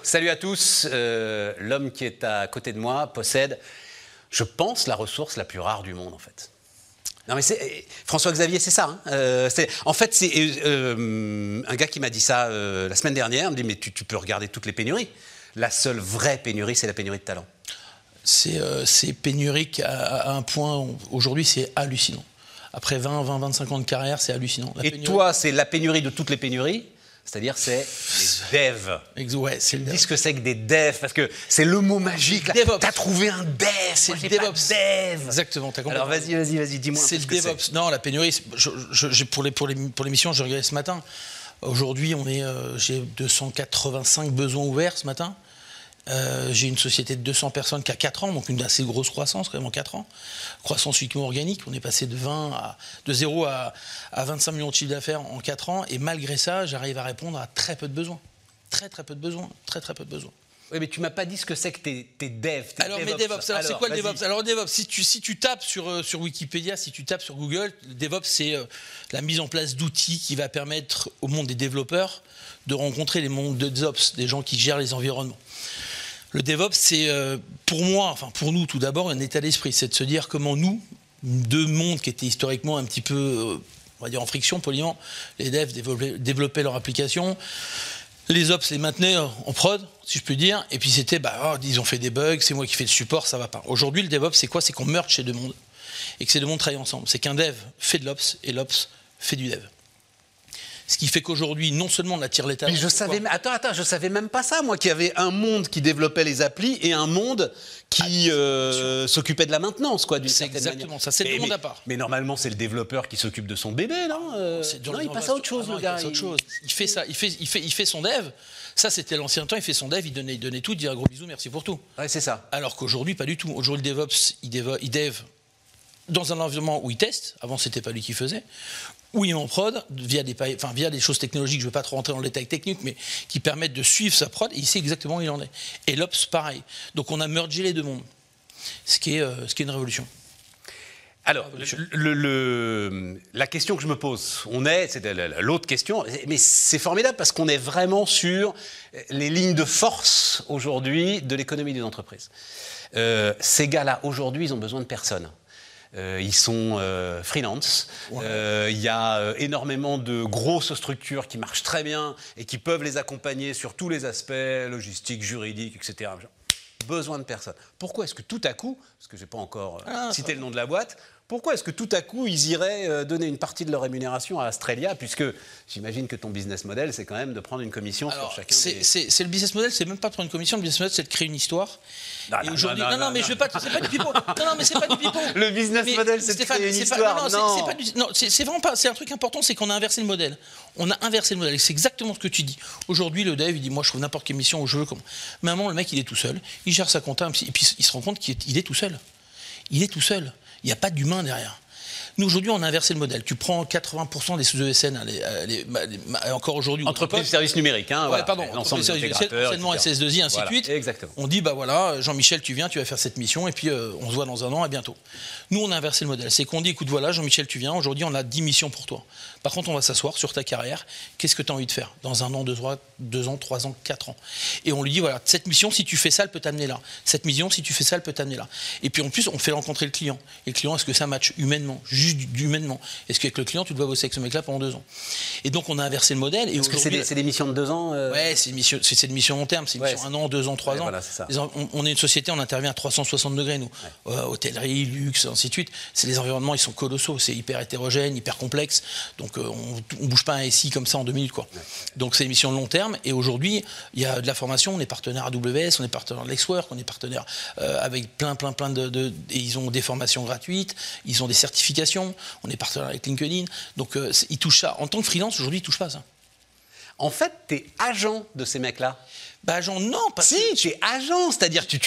Salut à tous, l'homme qui est à côté de moi possède, je pense, la ressource la plus rare du monde en fait. Non mais c'est François-Xavier, c'est ça. Hein, c'est un gars qui m'a dit ça la semaine dernière. Il me dit mais tu peux regarder toutes les pénuries. La seule vraie pénurie, c'est la pénurie de talent. C'est pénurique à un point. Aujourd'hui, c'est hallucinant. Après 25 ans de carrière, c'est hallucinant. Toi, c'est la pénurie de toutes les pénuries. C'est-à-dire, c'est les devs. Ouais, c'est le dis ce que c'est que des devs, parce que c'est le mot magique. T'as trouvé un dev, c'est le DevOps. Dev. Exactement. T'as compris. Alors vas-y, dis-moi. C'est le DevOps. Non, la pénurie. Pour l'émission, je regardais ce matin. Aujourd'hui, j'ai 285 besoins ouverts ce matin. J'ai une société de 200 personnes qui a 4 ans, donc une assez grosse croissance, quand même en 4 ans. Croissance uniquement organique, on est passé de 0 à 25 millions de chiffre d'affaires en 4 ans, et malgré ça, j'arrive à répondre à très peu de besoins. Très peu de besoins. Oui, mais tu m'as pas dit ce que c'est que tes devs. Alors, mes DevOps, c'est quoi le DevOps? Alors, DevOps, si tu tapes sur Wikipédia, si tu tapes sur Google, le DevOps, c'est la mise en place d'outils qui va permettre au monde des développeurs de rencontrer les mondes de DevOps, des gens qui gèrent les environnements. Le DevOps, c'est pour moi, enfin pour nous tout d'abord, un état d'esprit. C'est de se dire comment nous, deux mondes qui étaient historiquement un petit peu, on va dire en friction, poliment, les devs développaient leur application, les ops les maintenaient en prod, si je puis dire, et puis c'était, ils ont fait des bugs, c'est moi qui fais le support, ça va pas. Aujourd'hui, le DevOps, c'est quoi? C'est qu'on merge ces deux mondes, et que ces deux mondes travaillent ensemble. C'est qu'un dev fait de l'ops, et l'ops fait du dev. Ce qui fait qu'aujourd'hui, non seulement on attire les talents... Mais je savais même pas ça, moi, qu'il y avait un monde qui développait les applis et un monde qui s'occupait de la maintenance, quoi, d'une certaine manière. C'est exactement ça, c'est le monde à part. Mais normalement, c'est le développeur qui s'occupe de son bébé, non? Non, il passe à autre chose, le gars. Il fait ça, il fait son dev. Ça, c'était l'ancien temps, il fait son dev, il donnait tout, il dit un gros bisou, merci pour tout. Ouais, c'est ça. Alors qu'aujourd'hui, pas du tout. Aujourd'hui, le DevOps, il dev dans un environnement où il teste. Avant, c'était pas lui qui faisait. Où il est en prod, via des choses technologiques, je ne veux pas trop rentrer dans le détail technique, mais qui permettent de suivre sa prod, et il sait exactement où il en est. Et l'Ops, pareil. Donc on a mergé les deux mondes, ce qui est une révolution. Alors, la question que je me pose, c'est l'autre question, mais c'est formidable parce qu'on est vraiment sur les lignes de force aujourd'hui de l'économie des entreprises. Ces gars-là, aujourd'hui, ils ont besoin de personne. Ils sont freelance. Il y a énormément de grosses structures qui marchent très bien et qui peuvent les accompagner sur tous les aspects, logistiques, juridiques, etc. Besoin de personnes. Pourquoi est-ce que tout à coup, parce que je n'ai pas encore cité le nom de la boîte, pourquoi est-ce que tout à coup, ils iraient donner une partie de leur rémunération à Australia, puisque j'imagine que ton business model, c'est quand même de prendre une commission sur chacun c'est le business model, c'est même pas de prendre une commission, le business model, c'est de créer une histoire. Non, mais je veux pas, c'est pas du pipeau. Non, mais c'est pas du pipeau. Le business model, c'est de créer une histoire. C'est vraiment pas, c'est un truc important, c'est qu'on a inversé le modèle. On a inversé le modèle, c'est exactement ce que tu dis. Aujourd'hui, le dev, il dit, moi, je trouve n'importe quelle mission où je veux. Mais à un moment, le mec, il est tout seul, il gère sa compta, et puis il se rend compte qu'il est tout seul. Il est tout seul. Il n'y a pas d'humain derrière. Nous, aujourd'hui, on a inversé le modèle. Tu prends 80% des sous-ESN, encore aujourd'hui... Entreprises de services numériques, hein, ouais, pardon, l'ensemble des intégrateurs, enseignement SS2I, ainsi de suite. Exactement. On dit, Jean-Michel, tu viens, tu vas faire cette mission, et puis on se voit dans un an, à bientôt. Nous, on a inversé le modèle. C'est qu'on dit, écoute, voilà, Jean-Michel, tu viens, aujourd'hui, on a 10 missions pour toi. Par contre, on va s'asseoir sur ta carrière. Qu'est-ce que tu as envie de faire dans un an, 2 ans, 3 ans, 4 ans? Et on lui dit, voilà, cette mission, si tu fais ça, elle peut t'amener là. Cette mission, si tu fais ça, elle peut t'amener là. Et puis en plus, on fait rencontrer le client. Et le client, est-ce que ça match humainement? Juste humainement. Est-ce qu'avec le client, tu dois bosser avec ce mec-là pendant 2 ans? Et donc, on a inversé le modèle. Et parce que c'est des missions de 2 ans Ouais, c'est une mission long terme. C'est une mission 1 an, 2 ans, 3 ans. Voilà, c'est ça. On est une société, on intervient à 360 degrés, nous. Hôtellerie, luxe, ainsi de suite. Les environnements, ils sont colossaux. C'est hyper hétérogène, hyper complexe. Donc, on bouge pas un SI comme ça en 2 minutes, quoi. Donc, c'est une mission de long terme. Et aujourd'hui, il y a de la formation. On est partenaire AWS, on est partenaire de Lexwork, on est partenaire avec plein de... Et ils ont des formations gratuites, ils ont des certifications. On est partenaire avec LinkedIn. Donc, ils touchent ça. En tant que freelance, aujourd'hui, ils touchent pas ça. En fait, tu es agent de ces mecs-là. Agent, non, pas si, tu es agent, c'est-à-dire tu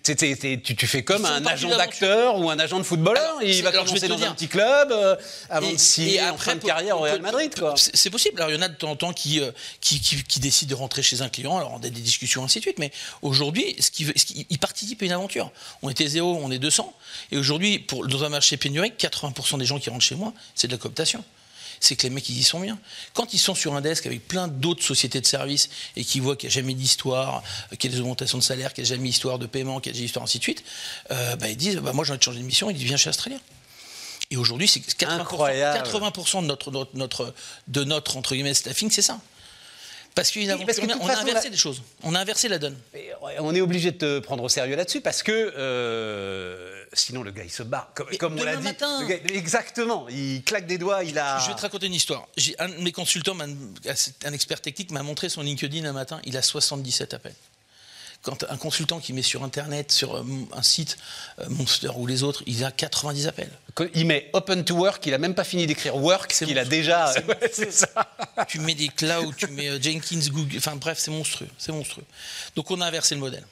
fais comme un agent d'acteur ou un agent de footballeur. Il va commencer dans un petit club avant de signer en fin de carrière au Real Madrid. C'est possible. Alors il y en a de temps en temps qui décident de rentrer chez un client, alors on a des discussions ainsi de suite, mais aujourd'hui, ils participent à une aventure. On était 0, on est 200, et aujourd'hui, dans un marché pénurique, 80% des gens qui rentrent chez moi, c'est de la cooptation. c'est que les mecs, ils y sont bien. Quand ils sont sur un desk avec plein d'autres sociétés de services et qu'ils voient qu'il n'y a jamais d'histoire, qu'il y a des augmentations de salaire, qu'il n'y a jamais d'histoire de paiement, qu'il y a jamais d'histoire, ainsi de suite, ils disent, moi, j'ai envie de changer de mission, ils disent, viens chez Australia. Et aujourd'hui, c'est 80% de notre entre guillemets, staffing, c'est ça. Parce qu'on a inversé des choses. On a inversé la donne. On est obligé de te prendre au sérieux là-dessus parce que sinon le gars il se barre. Comme on l'a dit. Matin, le gars, exactement. Il claque des doigts. Je vais te raconter une histoire. Un de mes consultants, un expert technique, m'a montré son LinkedIn un matin. Il a 77 appels. Quand un consultant qui met sur Internet, sur un site, Monster ou les autres, il a 90 appels. Il met Open to Work, il n'a même pas fini d'écrire Work, qu'il a déjà... C'est ça. Tu mets des clouds, tu mets Jenkins, Google, enfin bref, c'est monstrueux. Donc on a inversé le modèle.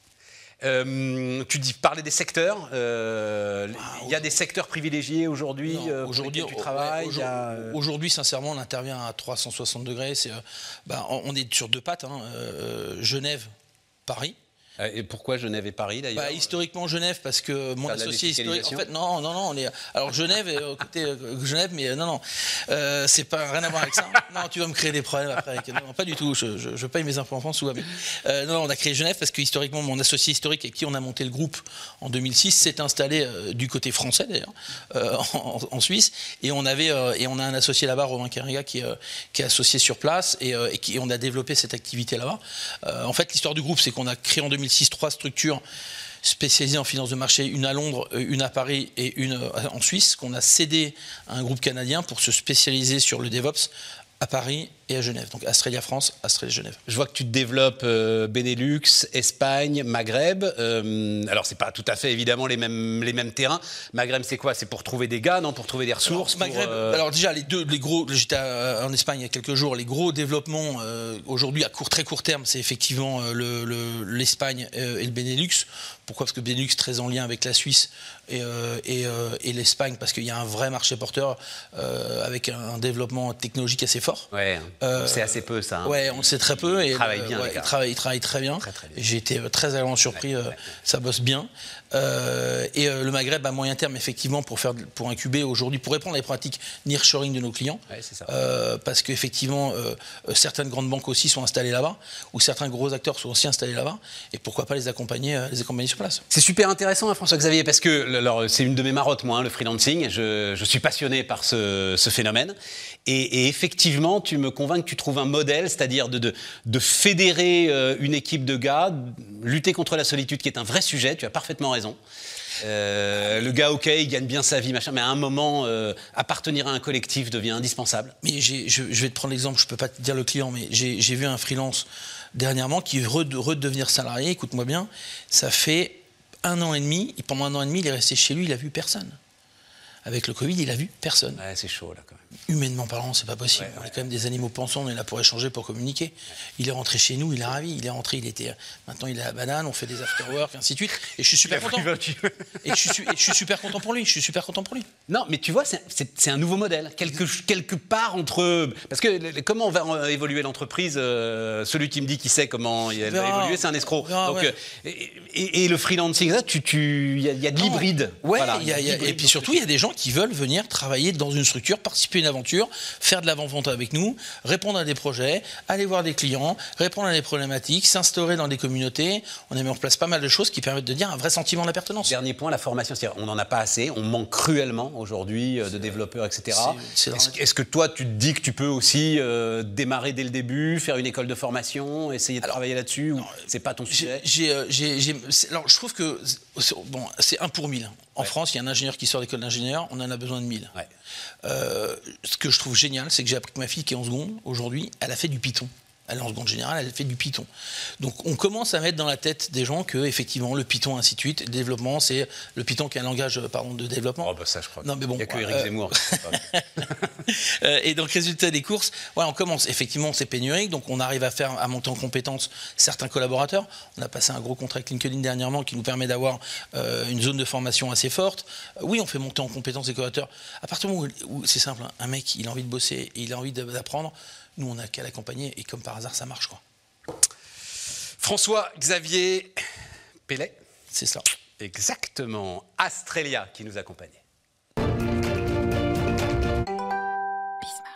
Tu dis parler des secteurs. Il y a des secteurs privilégiés aujourd'hui pour lesquels tu travailles. Aujourd'hui, sincèrement, on intervient à 360 degrés. On est sur deux pattes. Genève, Paris. Et pourquoi Genève et Paris d'ailleurs? Historiquement Genève parce que mon associé historique. En fait, non, on est. Alors Genève est côté Genève, mais non, c'est pas rien à voir avec ça. Non, tu vas me créer des problèmes après. Non, pas du tout. Je paye mes impôts en France ou à non, on a créé Genève parce que historiquement, mon associé historique avec qui on a monté le groupe en 2006 s'est installé du côté français d'ailleurs, en Suisse, et on a un associé là-bas, Romain Carriga, qui est associé sur place et on a développé cette activité là-bas. En fait, l'histoire du groupe, c'est qu'on a créé en 2006 3 structures spécialisées en finance de marché, une à Londres, une à Paris et une en Suisse, qu'on a cédé à un groupe canadien pour se spécialiser sur le DevOps à Paris et à Genève. Donc Australia France, Australia Genève. Je vois que tu te développes Benelux, Espagne, Maghreb. Alors c'est pas tout à fait évidemment les mêmes terrains. Maghreb c'est quoi? C'est pour trouver des gars, non? Pour trouver des ressources? Alors, Maghreb, alors déjà les gros, j'étais en Espagne il y a quelques jours, les gros développements aujourd'hui à très court terme, c'est effectivement l'Espagne et le Benelux. Pourquoi? Parce que Benelux est très en lien avec la Suisse et l'Espagne, parce qu'il y a un vrai marché porteur avec un développement technologique assez fort. Ouais, on sait assez peu ça. Hein. Ouais, on le sait très peu. Ils travaillent bien. Ils travaillent très bien. Très bien. J'ai été très agréablement surpris. Ça bosse bien. Et le Maghreb à moyen terme, effectivement, pour incuber aujourd'hui, pour répondre à les pratiques nearshoring de nos clients. Ouais, c'est ça. Parce qu'effectivement, certaines grandes banques aussi sont installées là-bas, ou certains gros acteurs sont aussi installés là-bas. Et pourquoi pas les accompagner sur place. C'est super intéressant, hein, François-Xavier, parce que alors, c'est une de mes marottes, moi, hein, le freelancing. Je suis passionné par ce phénomène. Et effectivement, tu me convaincs que tu trouves un modèle, c'est-à-dire de fédérer une équipe de gars, lutter contre la solitude, qui est un vrai sujet, tu as parfaitement raison. Le gars, ok, il gagne bien sa vie, machin, mais à un moment, appartenir à un collectif devient indispensable. Mais je vais te prendre l'exemple, je ne peux pas te dire le client, mais j'ai vu un freelance dernièrement qui veut redevenir salarié, écoute-moi bien, ça fait 1 an et demi, et pendant 1 an et demi, il est resté chez lui, il n'a vu personne. Avec le Covid, il a vu personne. Ouais, c'est chaud, là, quand même. Humainement parlant, c'est pas possible. On est quand même des animaux pensants, on est là pour échanger, pour communiquer. Ouais. Il est rentré chez nous, il est ravi. Il est rentré, maintenant il est à la banane, on fait des after-work, ainsi de suite. Et je suis super content. Et je suis super content pour lui. Non, mais tu vois, c'est un nouveau modèle. Quelque part entre... Parce que comment va évoluer l'entreprise celui qui me dit qu'il sait comment elle va évoluer, c'est un escroc. Donc, ouais. Et le freelancing, il y a de l'hybride. Ouais, voilà, et puis surtout, il y a des gens qui veulent venir travailler dans une structure, participer à une aventure, faire de l'avant-vente avec nous, répondre à des projets, aller voir des clients, répondre à des problématiques, s'instaurer dans des communautés. On a mis en place pas mal de choses qui permettent de dire un vrai sentiment d'appartenance. Dernier point, la formation. On n'en a pas assez, on manque cruellement aujourd'hui de développeurs, etc. Est-ce que toi, tu te dis que tu peux aussi démarrer dès le début, faire une école de formation, essayer de travailler là-dessus, ou c'est pas ton sujet? Alors, je trouve que c'est 1 pour 1000. En France, il y a un ingénieur qui sort d'école d'ingénieur, on en a besoin de 1000. Ouais. Ce que je trouve génial, c'est que j'ai appris que ma fille, qui est en seconde, aujourd'hui, elle a fait du Python. Elle est en seconde générale, elle fait du Python. Donc on commence à mettre dans la tête des gens que effectivement le Python, ainsi de suite, le développement, c'est le Python qui est un langage de développement. Oh bah ça je crois. Non mais bon. Il n'y a que Éric Zemmour. Et donc résultat des courses, ouais, on commence. Effectivement, c'est pénurique, donc on arrive à monter en compétence certains collaborateurs. On a passé un gros contrat avec LinkedIn dernièrement qui nous permet d'avoir une zone de formation assez forte. Oui, on fait monter en compétence les collaborateurs. À partir du moment où c'est simple, hein, un mec, il a envie de bosser, et il a envie d'apprendre. Nous, on n'a qu'à l'accompagner et comme par hasard, ça marche, quoi. François-Xavier Pellet. C'est ça. Exactement. Australia qui nous accompagnait. Bismarck.